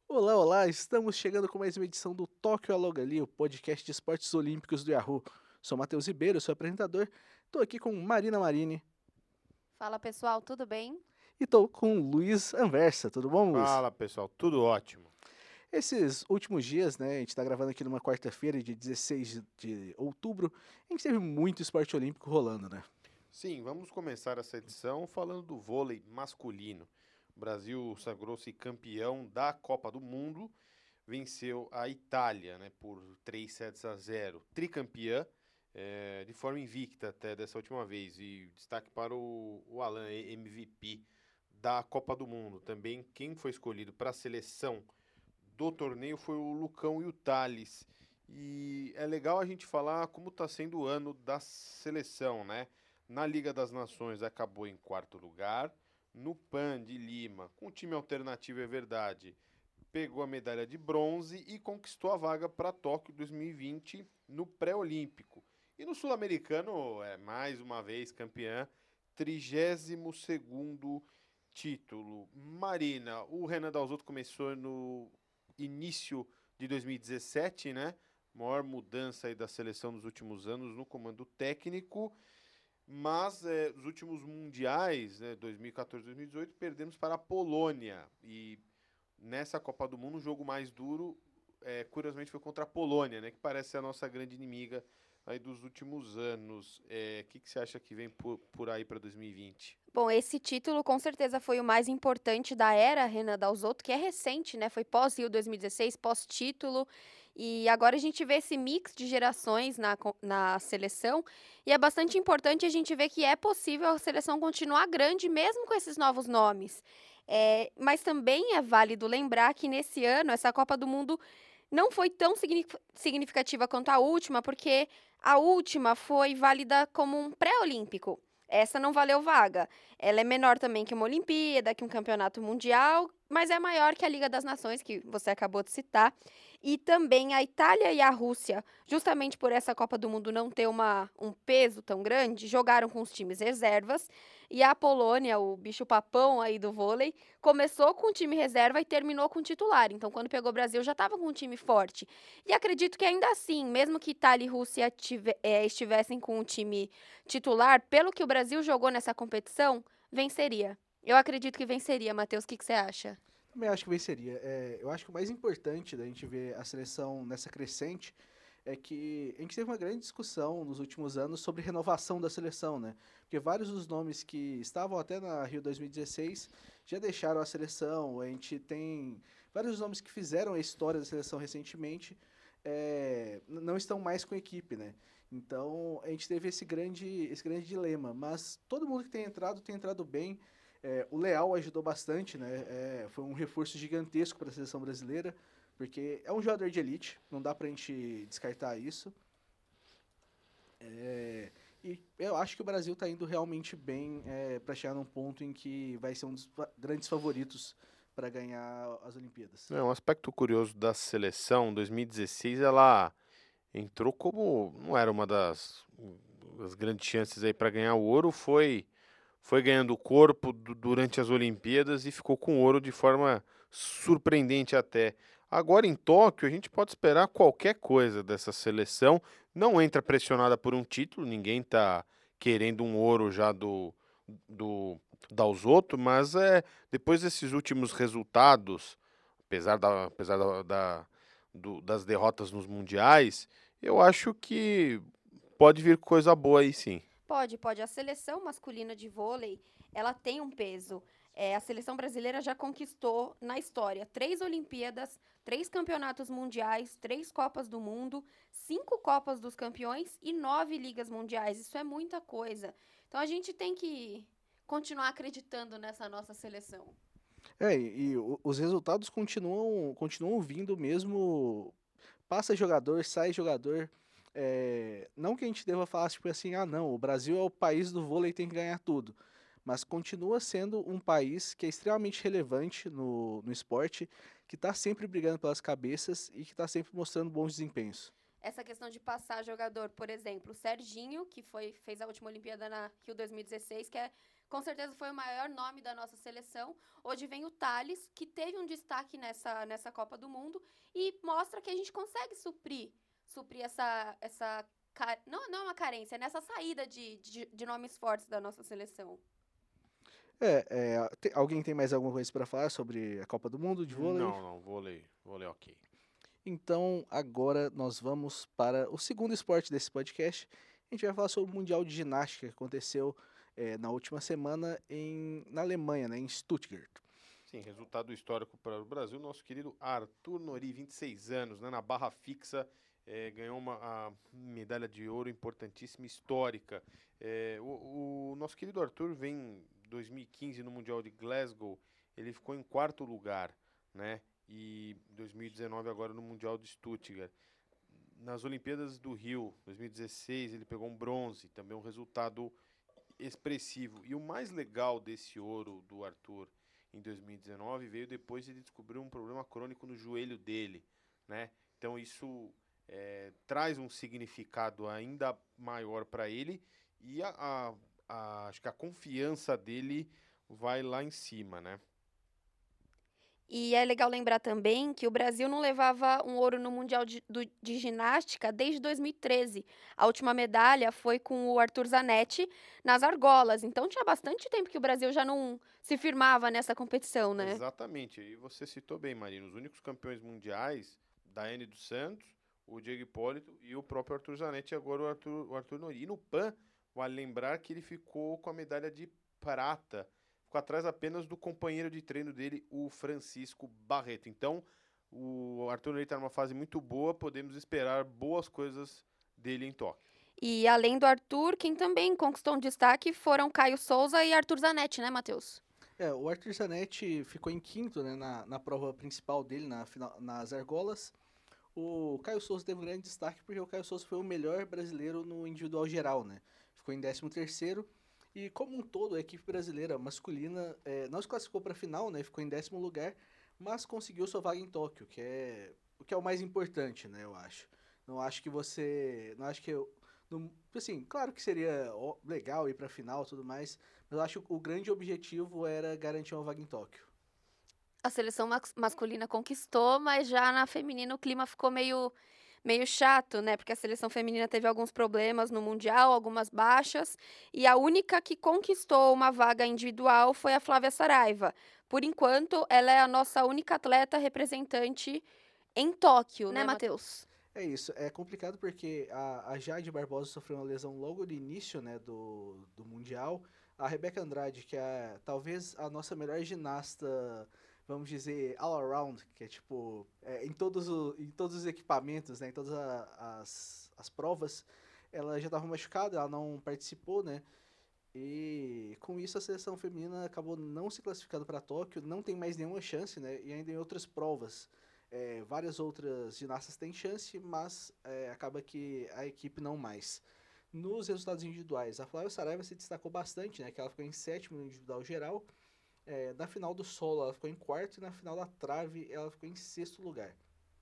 Olá, olá! Estamos chegando com mais uma edição do Tóquio Alogali, o podcast de esportes olímpicos do Yahoo. Sou Matheus Ribeiro, sou apresentador. Estou aqui com Marina Marini Fala pessoal, tudo bem? e estou com Luiz Anversa. Tudo bom, Luiz? Fala pessoal, tudo ótimo. Esses últimos dias, né, a gente está gravando aqui numa quarta-feira, dia 16 de outubro, a gente teve muito esporte olímpico rolando, né? Sim, vamos começar essa edição falando do vôlei masculino. O Brasil sagrou-se campeão da Copa do Mundo, venceu a Itália, né, por 3-0, tricampeã, de forma invicta até dessa última vez. E destaque para o Alan, MVP da Copa do Mundo. Também quem foi escolhido para a seleção do torneio foi o Lucão e o Thales. E é legal a gente falar como está sendo o ano da seleção, né? Na Liga das Nações acabou em quarto lugar. No PAN de Lima, com time alternativo é verdade, pegou a medalha de bronze e conquistou a vaga para Tóquio 2020 no pré-olímpico. E no Sul-Americano, mais uma vez campeã, 32º título. Marina, o Renan Dalzotto começou no início de 2017, né? Maior mudança aí da seleção nos últimos anos no comando técnico, mas os últimos mundiais, né, 2014 e 2018, perdemos para a Polônia. E nessa Copa do Mundo, o jogo mais duro, curiosamente, foi contra a Polônia, né, que parece ser a nossa grande inimiga aí dos últimos anos. Que você acha que vem por aí para 2020? Bom, esse título com certeza foi o mais importante da era Renan Dalzotto, que é recente, né? Foi pós-Rio 2016, pós-título. E agora a gente vê esse mix de gerações na seleção. E é bastante importante a gente ver que é possível a seleção continuar grande mesmo com esses novos nomes. Mas também é válido lembrar que nesse ano, essa Copa do Mundo não foi tão significativa quanto a última, porque a última foi válida como um pré-olímpico. Essa não valeu vaga. Ela é menor também que uma Olimpíada, que um campeonato mundial, mas é maior que a Liga das Nações, que você acabou de citar. E também a Itália e a Rússia, justamente por essa Copa do Mundo não ter um peso tão grande, jogaram com os times reservas. E a Polônia, o bicho-papão aí do vôlei, começou com o time reserva e terminou com o titular. Então, quando pegou o Brasil, já estava com um time forte. E acredito que ainda assim, mesmo que Itália e Rússia estivessem com um time titular, pelo que o Brasil jogou nessa competição, venceria. Eu acredito que venceria, Matheus. O que você acha? Também acho que venceria. Eu acho que o mais importante da gente ver a seleção nessa crescente é que a gente teve uma grande discussão nos últimos anos sobre renovação da seleção, né? Porque vários dos nomes que estavam até na Rio 2016 já deixaram a seleção. A gente tem vários dos nomes que fizeram a história da seleção recentemente, não estão mais com a equipe, né? Então a gente teve esse grande dilema. Mas todo mundo que tem entrado bem. O Leal ajudou bastante, né? Foi um reforço gigantesco para a seleção brasileira, porque é um jogador de elite, não dá pra gente descartar isso. É, e eu acho que o Brasil está indo realmente bem para chegar num ponto em que vai ser um dos grandes favoritos para ganhar as Olimpíadas. Um aspecto curioso da seleção, 2016, ela entrou como não era uma das grandes chances aí para ganhar o ouro, foi ganhando corpo durante as Olimpíadas e ficou com ouro de forma surpreendente até. Agora em Tóquio, a gente pode esperar qualquer coisa dessa seleção. Não entra pressionada por um título, ninguém está querendo um ouro já do Dalzotto, mas depois desses últimos resultados, apesar das derrotas nos mundiais, eu acho que pode vir coisa boa aí sim. Pode, pode. A seleção masculina de vôlei, ela tem um peso. A seleção brasileira já conquistou na história 3 Olimpíadas, 3 campeonatos mundiais, 3 Copas do Mundo, 5 Copas dos Campeões e 9 Ligas Mundiais. Isso é muita coisa. Então a gente tem que continuar acreditando nessa nossa seleção. Os resultados continuam vindo mesmo. Passa jogador, sai jogador. Não que a gente deva falar tipo assim, ah não, o Brasil é o país do vôlei e tem que ganhar tudo. Mas continua sendo um país que é extremamente relevante no esporte, que está sempre brigando pelas cabeças e que está sempre mostrando bons desempenhos. Essa questão de passar jogador, por exemplo, o Serginho, que fez a última Olimpíada na Rio 2016, que é com certeza foi o maior nome da nossa seleção. Hoje vem o Thales, que teve um destaque nessa Copa do Mundo e mostra que a gente consegue suprir não é uma carência, é nessa saída de nomes fortes da nossa seleção. Alguém tem mais alguma coisa para falar sobre a Copa do Mundo de vôlei? Não, vôlei ok. Então, agora nós vamos para o segundo esporte desse podcast. A gente vai falar sobre o Mundial de Ginástica que aconteceu na última semana na Alemanha, né, em Stuttgart. Sim, resultado histórico para o Brasil. Nosso querido Arthur Nori, 26 anos, né, na barra fixa, ganhou a medalha de ouro importantíssima, histórica. O nosso querido Arthur vem em 2015 no Mundial de Glasgow, ele ficou em 4º lugar, né? E 2019 agora no Mundial de Stuttgart. Nas Olimpíadas do Rio, 2016, ele pegou um bronze, também um resultado expressivo. E o mais legal desse ouro do Arthur em 2019 veio depois de ele descobrir um problema crônico no joelho dele, né? Então isso traz um significado ainda maior para ele e acho que a confiança dele vai lá em cima, né? E é legal lembrar também que o Brasil não levava um ouro no Mundial de Ginástica desde 2013. A última medalha foi com o Arthur Zanetti nas argolas. Então tinha bastante tempo que o Brasil já não se firmava nessa competição, né? Exatamente. E você citou bem, Marina, os únicos campeões mundiais, Daiane dos Santos, o Diego Hipólito e o próprio Arthur Zanetti, e agora o Arthur Nori. E no PAN, vale lembrar que ele ficou com a medalha de prata. Ficou atrás apenas do companheiro de treino dele, o Francisco Barreto. Então, o Arthur Nori está numa fase muito boa, podemos esperar boas coisas dele em Tóquio. E além do Arthur, quem também conquistou um destaque foram Caio Souza e Arthur Zanetti, né, Matheus? O Arthur Zanetti ficou em 5º, né, na prova principal dele, nas argolas. O Caio Souza teve um grande destaque porque o Caio Souza foi o melhor brasileiro no individual geral, né? Ficou em 13º. E como um todo, a equipe brasileira masculina não se classificou para a final, né? Ficou em 10º lugar, mas conseguiu sua vaga em Tóquio, o que é o mais importante, né? Eu acho. Não acho que você, não acho que eu, não, assim, claro que seria legal ir para a final, e tudo mais, mas eu acho que o grande objetivo era garantir uma vaga em Tóquio. A seleção masculina conquistou, mas já na feminina o clima ficou meio chato, né? Porque a seleção feminina teve alguns problemas no Mundial, algumas baixas, e a única que conquistou uma vaga individual foi a Flávia Saraiva. Por enquanto, ela é a nossa única atleta representante em Tóquio, né, Matheus? É isso, é complicado porque a Jade Barbosa sofreu uma lesão logo no início, né, do Mundial. A Rebeca Andrade, que é talvez a nossa melhor ginasta, vamos dizer, all around, que é tipo, em todos os equipamentos, né, em todas as provas, ela já estava machucada, ela não participou, né, e com isso a seleção feminina acabou não se classificando para Tóquio, não tem mais nenhuma chance, né, e ainda em outras provas. Várias outras ginastas têm chance, mas acaba que a equipe não mais. Nos resultados individuais, a Flávia Saraiva se destacou bastante, né, que ela ficou em 7º no individual geral. Na final do solo ela ficou em 4º e na final da trave ela ficou em 6º lugar.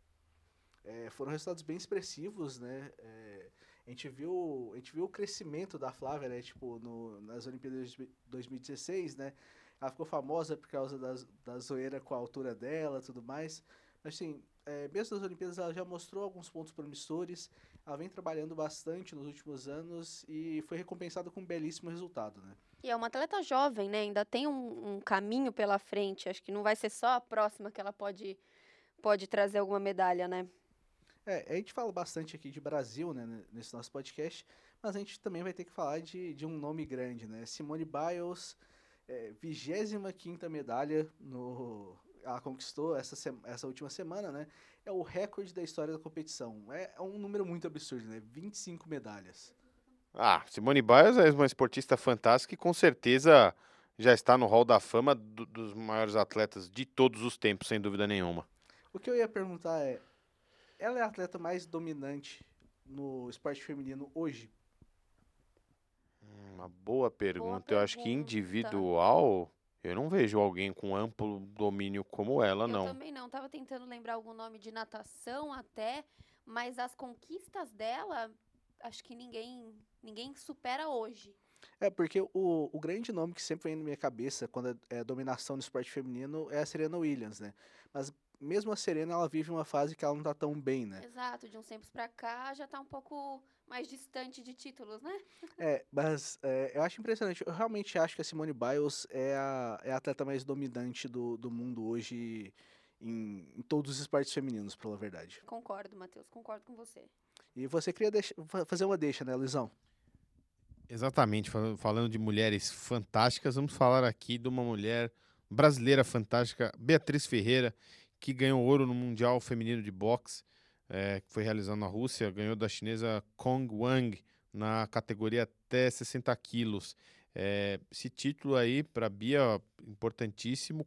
Foram resultados bem expressivos, né? A gente viu o crescimento da Flávia, né? Tipo, nas Olimpíadas de 2016, né? Ela ficou famosa por causa da zoeira com a altura dela e tudo mais. Mas, assim, mesmo nas Olimpíadas ela já mostrou alguns pontos promissores. Ela vem trabalhando bastante nos últimos anos e foi recompensada com um belíssimo resultado, né? E é uma atleta jovem, né? Ainda tem um caminho pela frente. Acho que não vai ser só a próxima que ela pode trazer alguma medalha, né? A gente fala bastante aqui de Brasil, né, nesse nosso podcast, mas a gente também vai ter que falar de um nome grande, né? Simone Biles, 25ª medalha ela conquistou essa última semana, né? É o recorde da história da competição. É um número muito absurdo, né? 25 medalhas. Simone Biles é uma esportista fantástica e com certeza já está no hall da fama dos maiores atletas de todos os tempos, sem dúvida nenhuma. O que eu ia perguntar ela é a atleta mais dominante no esporte feminino hoje? Uma boa pergunta. Eu acho que pergunta. individual, eu não vejo alguém com amplo domínio como ela, não. Eu também não. Tava tentando lembrar algum nome de natação até, mas as conquistas dela, acho que ninguém supera hoje. É, porque o grande nome que sempre vem na minha cabeça quando é dominação no esporte feminino é a Serena Williams, né? Mas mesmo a Serena, ela vive uma fase que ela não tá tão bem, né? Exato, de uns tempos pra cá já tá um pouco mais distante de títulos, né? Mas eu acho impressionante. Eu realmente acho que a Simone Biles é a atleta mais dominante do mundo hoje em todos os esportes femininos, pela verdade. Concordo, Matheus, concordo com você. E você queria fazer uma deixa, né, Luizão? Exatamente, falando de mulheres fantásticas, vamos falar aqui de uma mulher brasileira fantástica, Beatriz Ferreira, que ganhou ouro no Mundial Feminino de Boxe, que foi realizado na Rússia, ganhou da chinesa Kong Wang na categoria até 60 quilos. Esse título aí, para a Bia, importantíssimo,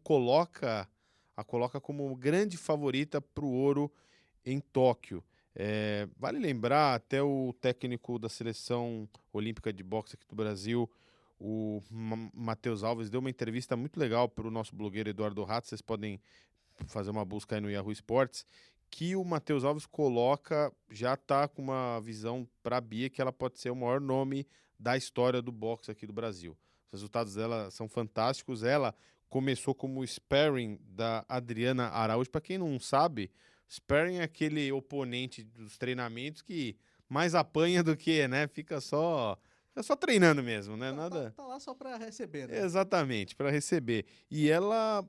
a coloca como grande favorita para o ouro em Tóquio. Vale lembrar, até o técnico da seleção olímpica de boxe aqui do Brasil, o Matheus Alves, deu uma entrevista muito legal para o nosso blogueiro Eduardo Rato, vocês podem fazer uma busca aí no Yahoo Sports, que o Matheus Alves coloca, já está com uma visão para a Bia, que ela pode ser o maior nome da história do boxe aqui do Brasil. Os resultados dela são fantásticos, ela começou como sparring da Adriana Araújo, para quem não sabe, sparring é aquele oponente dos treinamentos que mais apanha do que, né? Fica só treinando mesmo, né? Nada. Tá lá só pra receber, né? Exatamente, para receber. E ela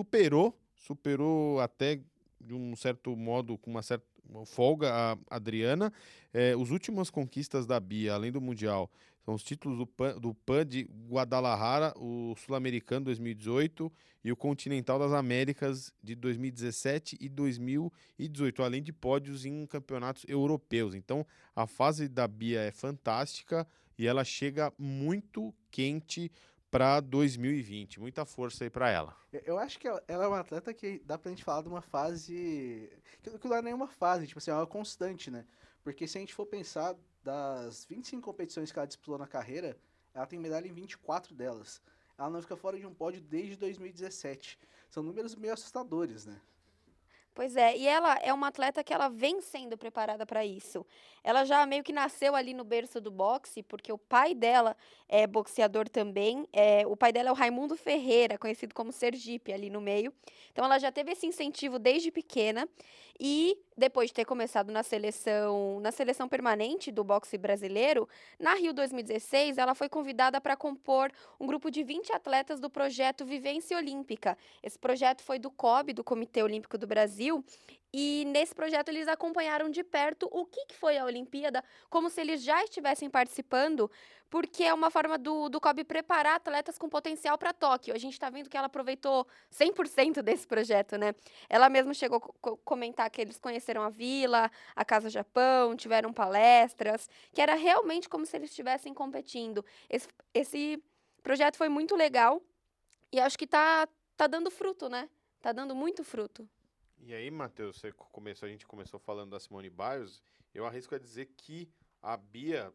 superou até de um certo modo, com uma certa folga, a Adriana. Os últimas conquistas da Bia, além do Mundial, são os títulos do PAN de Guadalajara, o Sul-Americano 2018 e o Continental das Américas de 2017 e 2018, além de pódios em campeonatos europeus. Então, a fase da Bia é fantástica e ela chega muito quente para 2020. Muita força aí para ela. Eu acho que ela é uma atleta que dá pra gente falar de uma fase. Que não é nenhuma fase, tipo assim, é uma constante, né? Porque se a gente for pensar das 25 competições que ela disputou na carreira, ela tem medalha em 24 delas. Ela não fica fora de um pódio desde 2017. São números meio assustadores, né? Pois é, e ela é uma atleta que ela vem sendo preparada para isso. Ela já meio que nasceu ali no berço do boxe, porque o pai dela é boxeador também. O pai dela é o Raimundo Ferreira, conhecido como Sergipe, ali no meio. Então ela já teve esse incentivo desde pequena. E depois de ter começado na seleção permanente do boxe brasileiro, na Rio 2016, ela foi convidada para compor um grupo de 20 atletas do projeto Vivência Olímpica. Esse projeto foi do COB, do Comitê Olímpico do Brasil, e nesse projeto eles acompanharam de perto o que foi a Olimpíada, como se eles já estivessem participando, porque é uma forma do COB preparar atletas com potencial para Tóquio. A gente está vendo que ela aproveitou 100% desse projeto, né? Ela mesma chegou a comentar que eles conheceram a Vila, a Casa Japão, tiveram palestras, que era realmente como se eles estivessem competindo. Esse projeto foi muito legal e acho que tá dando fruto, né? Tá dando muito fruto. E aí, Matheus, a gente começou falando da Simone Biles, eu arrisco a dizer que a Bia,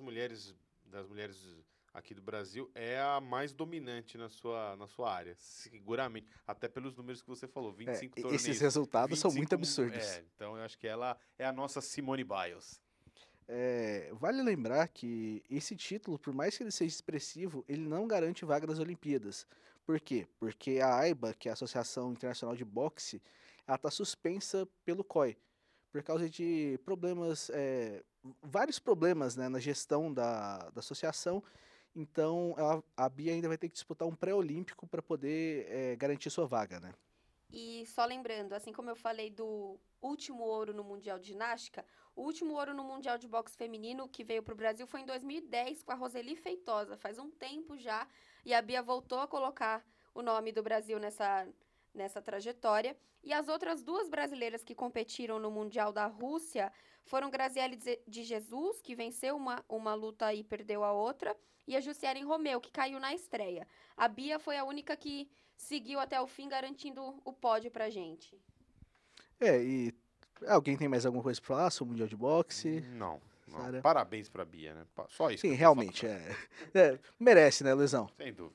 das mulheres aqui do Brasil, é a mais dominante na sua área, seguramente. Até pelos números que você falou, 25 torneios. Esses resultados são muito 25 absurdos. então eu acho que ela é a nossa Simone Biles. Vale lembrar que esse título, por mais que ele seja expressivo, ele não garante vaga nas Olimpíadas. Por quê? Porque a AIBA, que é a Associação Internacional de Boxe, ela está suspensa pelo COI, por causa de problemas, vários problemas, né, na gestão da associação. Então, a Bia ainda vai ter que disputar um pré-olímpico para poder garantir sua vaga, né? E só lembrando, assim como eu falei do último ouro no Mundial de Ginástica, o último ouro no Mundial de Boxe Feminino que veio para o Brasil foi em 2010 com a Roseli Feitosa, faz um tempo já, e a Bia voltou a colocar o nome do Brasil nessa trajetória. E as outras duas brasileiras que competiram no Mundial da Rússia foram Graziele de Jesus, que venceu uma luta e perdeu a outra, e a Jussieren Romeu, que caiu na estreia. A Bia foi a única que seguiu até o fim, garantindo o pódio pra gente. E alguém tem mais alguma coisa para falar sobre o Mundial de Boxe? Não. Sara? Parabéns pra Bia, né? Só isso. Sim, que eu realmente, posso falar. merece, né, Luizão? Sem dúvida.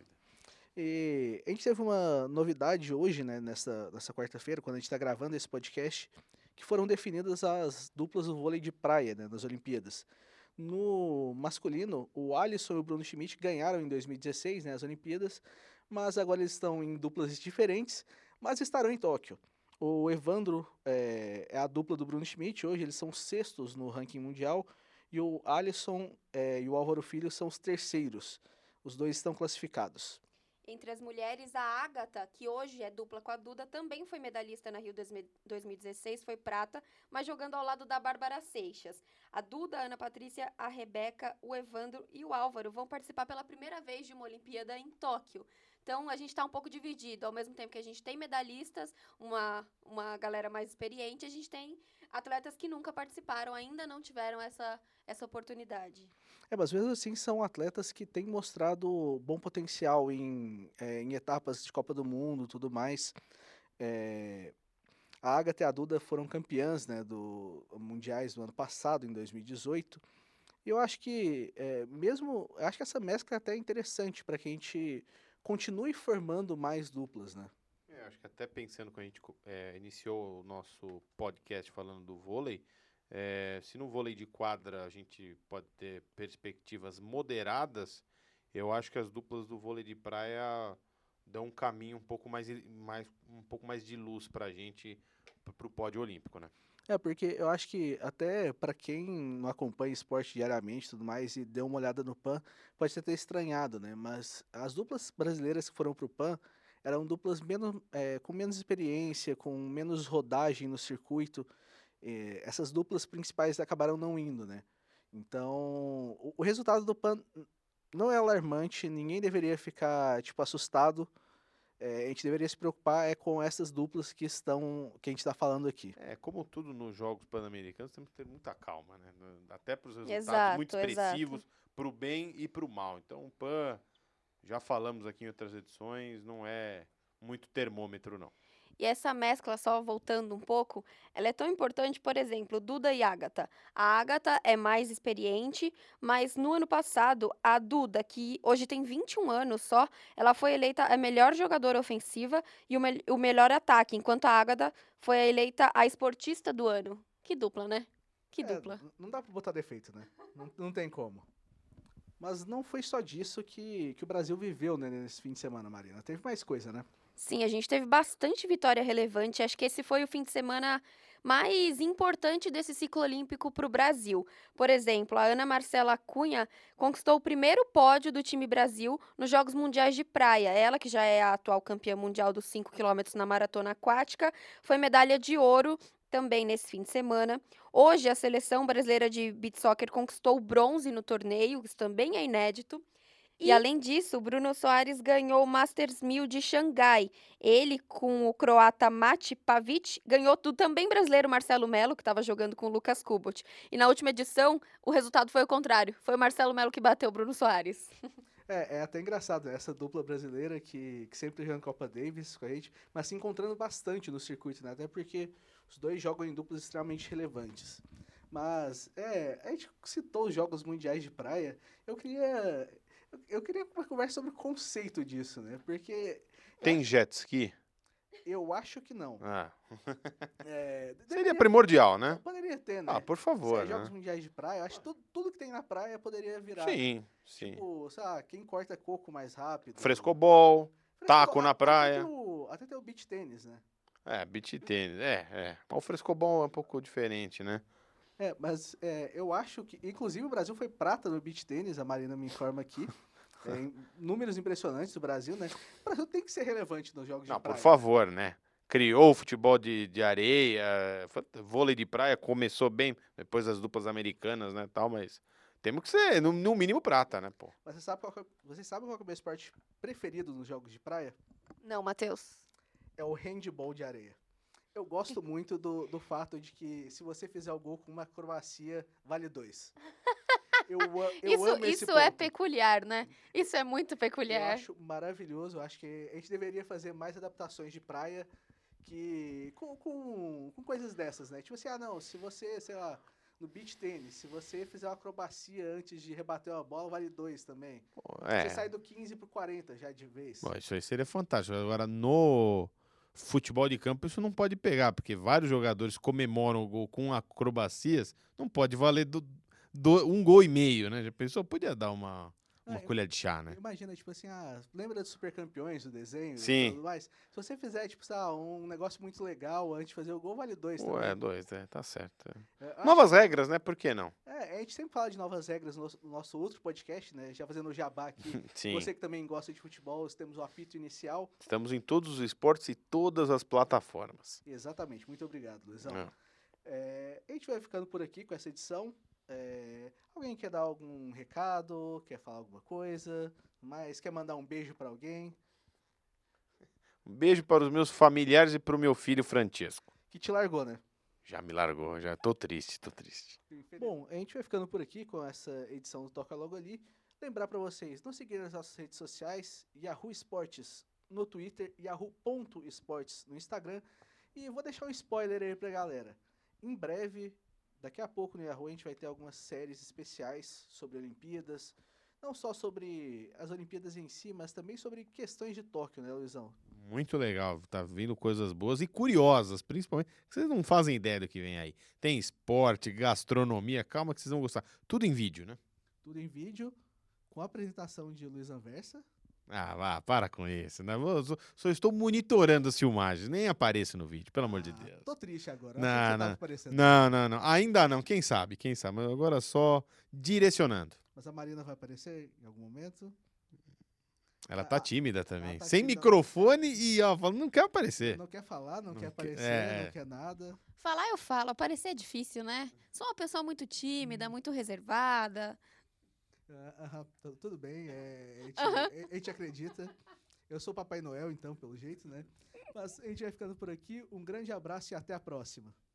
E a gente teve uma novidade hoje, né, nessa quarta-feira, quando a gente está gravando esse podcast, que foram definidas as duplas do vôlei de praia, né, nas Olimpíadas. No masculino, o Alisson e o Bruno Schmidt ganharam em 2016, né, as Olimpíadas, mas agora eles estão em duplas diferentes, mas estarão em Tóquio. O Evandro é a dupla do Bruno Schmidt, hoje eles são sextos no ranking mundial, e o Alisson e o Álvaro Filho são os terceiros. Os dois estão classificados. Entre as mulheres, a Ágata, que hoje é dupla com a Duda, também foi medalhista na Rio 2016, foi prata, mas jogando ao lado da Bárbara Seixas. A Duda, a Ana Patrícia, a Rebeca, o Evandro e o Álvaro vão participar pela primeira vez de uma Olimpíada em Tóquio. Então, a gente está um pouco dividido. Ao mesmo tempo que a gente tem medalhistas, uma galera mais experiente, a gente tem atletas que nunca participaram, ainda não tiveram essa oportunidade. Mas mesmo assim são atletas que têm mostrado bom potencial em etapas de Copa do Mundo e tudo mais. É, a Agatha e a Duda foram campeãs, né, do mundiais do ano passado, em 2018. E eu acho que acho que essa mescla é até interessante para que a gente continue formando mais duplas, né? Acho que até pensando quando a gente iniciou o nosso podcast falando do vôlei, se no vôlei de quadra a gente pode ter perspectivas moderadas, eu acho que as duplas do vôlei de praia dão um caminho um pouco mais de luz pra gente pro pódio olímpico, né? Porque eu acho que até para quem não acompanha esporte diariamente e tudo mais e deu uma olhada no PAN, pode até ter estranhado, né? Mas as duplas brasileiras que foram pro PAN eram duplas com menos experiência, com menos rodagem no circuito. Essas duplas principais acabaram não indo, né? Então, o resultado do PAN não é alarmante, ninguém deveria ficar, tipo, assustado. A gente deveria se preocupar com essas duplas que a gente está falando aqui. Como tudo nos Jogos Pan-Americanos, temos que ter muita calma, né? Até para os resultados muito expressivos, para o bem e para o mal. Então, o PAN, já falamos aqui em outras edições, não é muito termômetro, não. E essa mescla, só voltando um pouco, ela é tão importante, por exemplo, Duda e Ágata. A Ágata é mais experiente, mas no ano passado, a Duda, que hoje tem 21 anos só, ela foi eleita a melhor jogadora ofensiva e o melhor ataque, enquanto a Ágata foi eleita a esportista do ano. Que dupla, né? Que dupla. Não dá pra botar defeito, né? Não tem como. Mas não foi só disso que o Brasil viveu, né, nesse fim de semana, Marina. Teve mais coisa, né? Sim, a gente teve bastante vitória relevante. Acho que esse foi o fim de semana mais importante desse ciclo olímpico para o Brasil. Por exemplo, a Ana Marcela Cunha conquistou o primeiro pódio do time Brasil nos Jogos Mundiais de Praia. Ela, que já é a atual campeã mundial dos 5 quilômetros na maratona aquática, foi medalha de ouro também nesse fim de semana. Hoje, a seleção brasileira de beach soccer conquistou o bronze no torneio, isso também é inédito. E além disso, o Bruno Soares ganhou o Masters 1000 de Xangai. Ele, com o croata Mate Pavic, ganhou do também brasileiro Marcelo Melo, que estava jogando com o Lucas Kubot. E na última edição, o resultado foi o contrário. Foi o Marcelo Melo que bateu o Bruno Soares. É até engraçado, essa dupla brasileira que sempre jogando Copa Davis com a gente, mas se encontrando bastante no circuito, né? Até porque os dois jogam em duplas extremamente relevantes. Mas, a gente citou os Jogos Mundiais de Praia, eu queria uma conversa sobre o conceito disso, né? Porque... Tem jet ski? Eu acho que não. Seria primordial, né? Poderia ter, né? Por favor, né? Jogos Mundiais de Praia, eu acho que tudo que tem na praia poderia virar. Sim. Tipo, sei lá, quem corta coco mais rápido. Frescobol, taco na praia. Até tem o beach tênis, né? Beach tênis, O frescobol é um pouco diferente, né? Mas eu acho que... Inclusive, o Brasil foi prata no beach tênis, a Marina me informa aqui. Números impressionantes do Brasil, né? O Brasil tem que ser relevante nos jogos de praia. Não, por favor, né? Criou o futebol de areia, vôlei de praia, começou bem, depois das duplas americanas, né, tal, mas temos que ser, no mínimo, prata, né, pô? Mas você sabe qual é o meu esporte preferido nos jogos de praia? Não, Matheus. É o handball de areia. Eu gosto muito do fato de que se você fizer o gol com uma acrobacia, vale 2. Eu amo esse Isso ponto. é peculiar, né? Isso é muito peculiar. Eu acho maravilhoso. Eu acho que a gente deveria fazer mais adaptações de praia com coisas dessas, né? Tipo assim, se você, sei lá, no beach tênis, se você fizer uma acrobacia antes de rebater uma bola, vale 2 também. Você sai do 15 pro 40 já de vez. Isso aí seria fantástico. Agora, no futebol de campo, isso não pode pegar, porque vários jogadores comemoram o gol com acrobacias, não pode valer um gol e meio, né? Já pensou? Podia dar uma Ah, colher de chá, né? Imagina, tipo assim, lembra dos Super Campeões, do desenho e Sim. tudo mais? Se você fizer, tipo, sei lá, um negócio muito legal antes de fazer o gol, vale 2 Ué, também. 2, tá certo. Eu acho Novas regras, né? Por que não? a gente sempre fala de novas regras no nosso outro podcast, né? Já fazendo o jabá aqui. Sim. Você que também gosta de futebol, nós temos o apito inicial. Estamos em todos os esportes e todas as plataformas. Exatamente, muito obrigado, Luizão. É. A gente vai ficando por aqui com essa edição. Alguém quer dar algum recado? Quer falar alguma coisa? Mas quer mandar um beijo pra alguém? Um beijo para os meus familiares e para o meu filho Francesco. Que te largou, né? Já me largou, já tô triste. Bom, a gente vai ficando por aqui com essa edição do Toca Logo Ali. Lembrar pra vocês, não seguir nas nossas redes sociais, Yahoo Esportes no Twitter, yahoo.esportes no Instagram. E vou deixar um spoiler aí pra galera. Em breve, daqui a pouco no Yahoo a gente vai ter algumas séries especiais sobre Olimpíadas. Não só sobre as Olimpíadas em si, mas também sobre questões de Tóquio, né, Luizão? Muito legal, tá vindo coisas boas e curiosas, principalmente. Vocês não fazem ideia do que vem aí. Tem esporte, gastronomia, calma que vocês vão gostar. Tudo em vídeo, né? Tudo em vídeo, com a apresentação de Luiz Anversa. Ah, vá, para com isso, né? Só estou monitorando as filmagens, nem apareço no vídeo, pelo amor de Deus. Tô triste agora. Não, Achei que você não. tava aparecendo. Não. Ainda não, quem sabe, mas agora só direcionando. Mas a Marina vai aparecer em algum momento. Ela tá tímida também. tá Sem tímida. microfone e ela fala, não quer aparecer. Não quer falar, não quer Não aparecer, quer- não quer nada. Falar eu falo, aparecer é difícil, né? Sou uma pessoa muito tímida, muito reservada. Tudo bem, a gente acredita. Eu sou o Papai Noel, então, pelo jeito, né? Mas a gente vai ficando por aqui. Um grande abraço e até a próxima.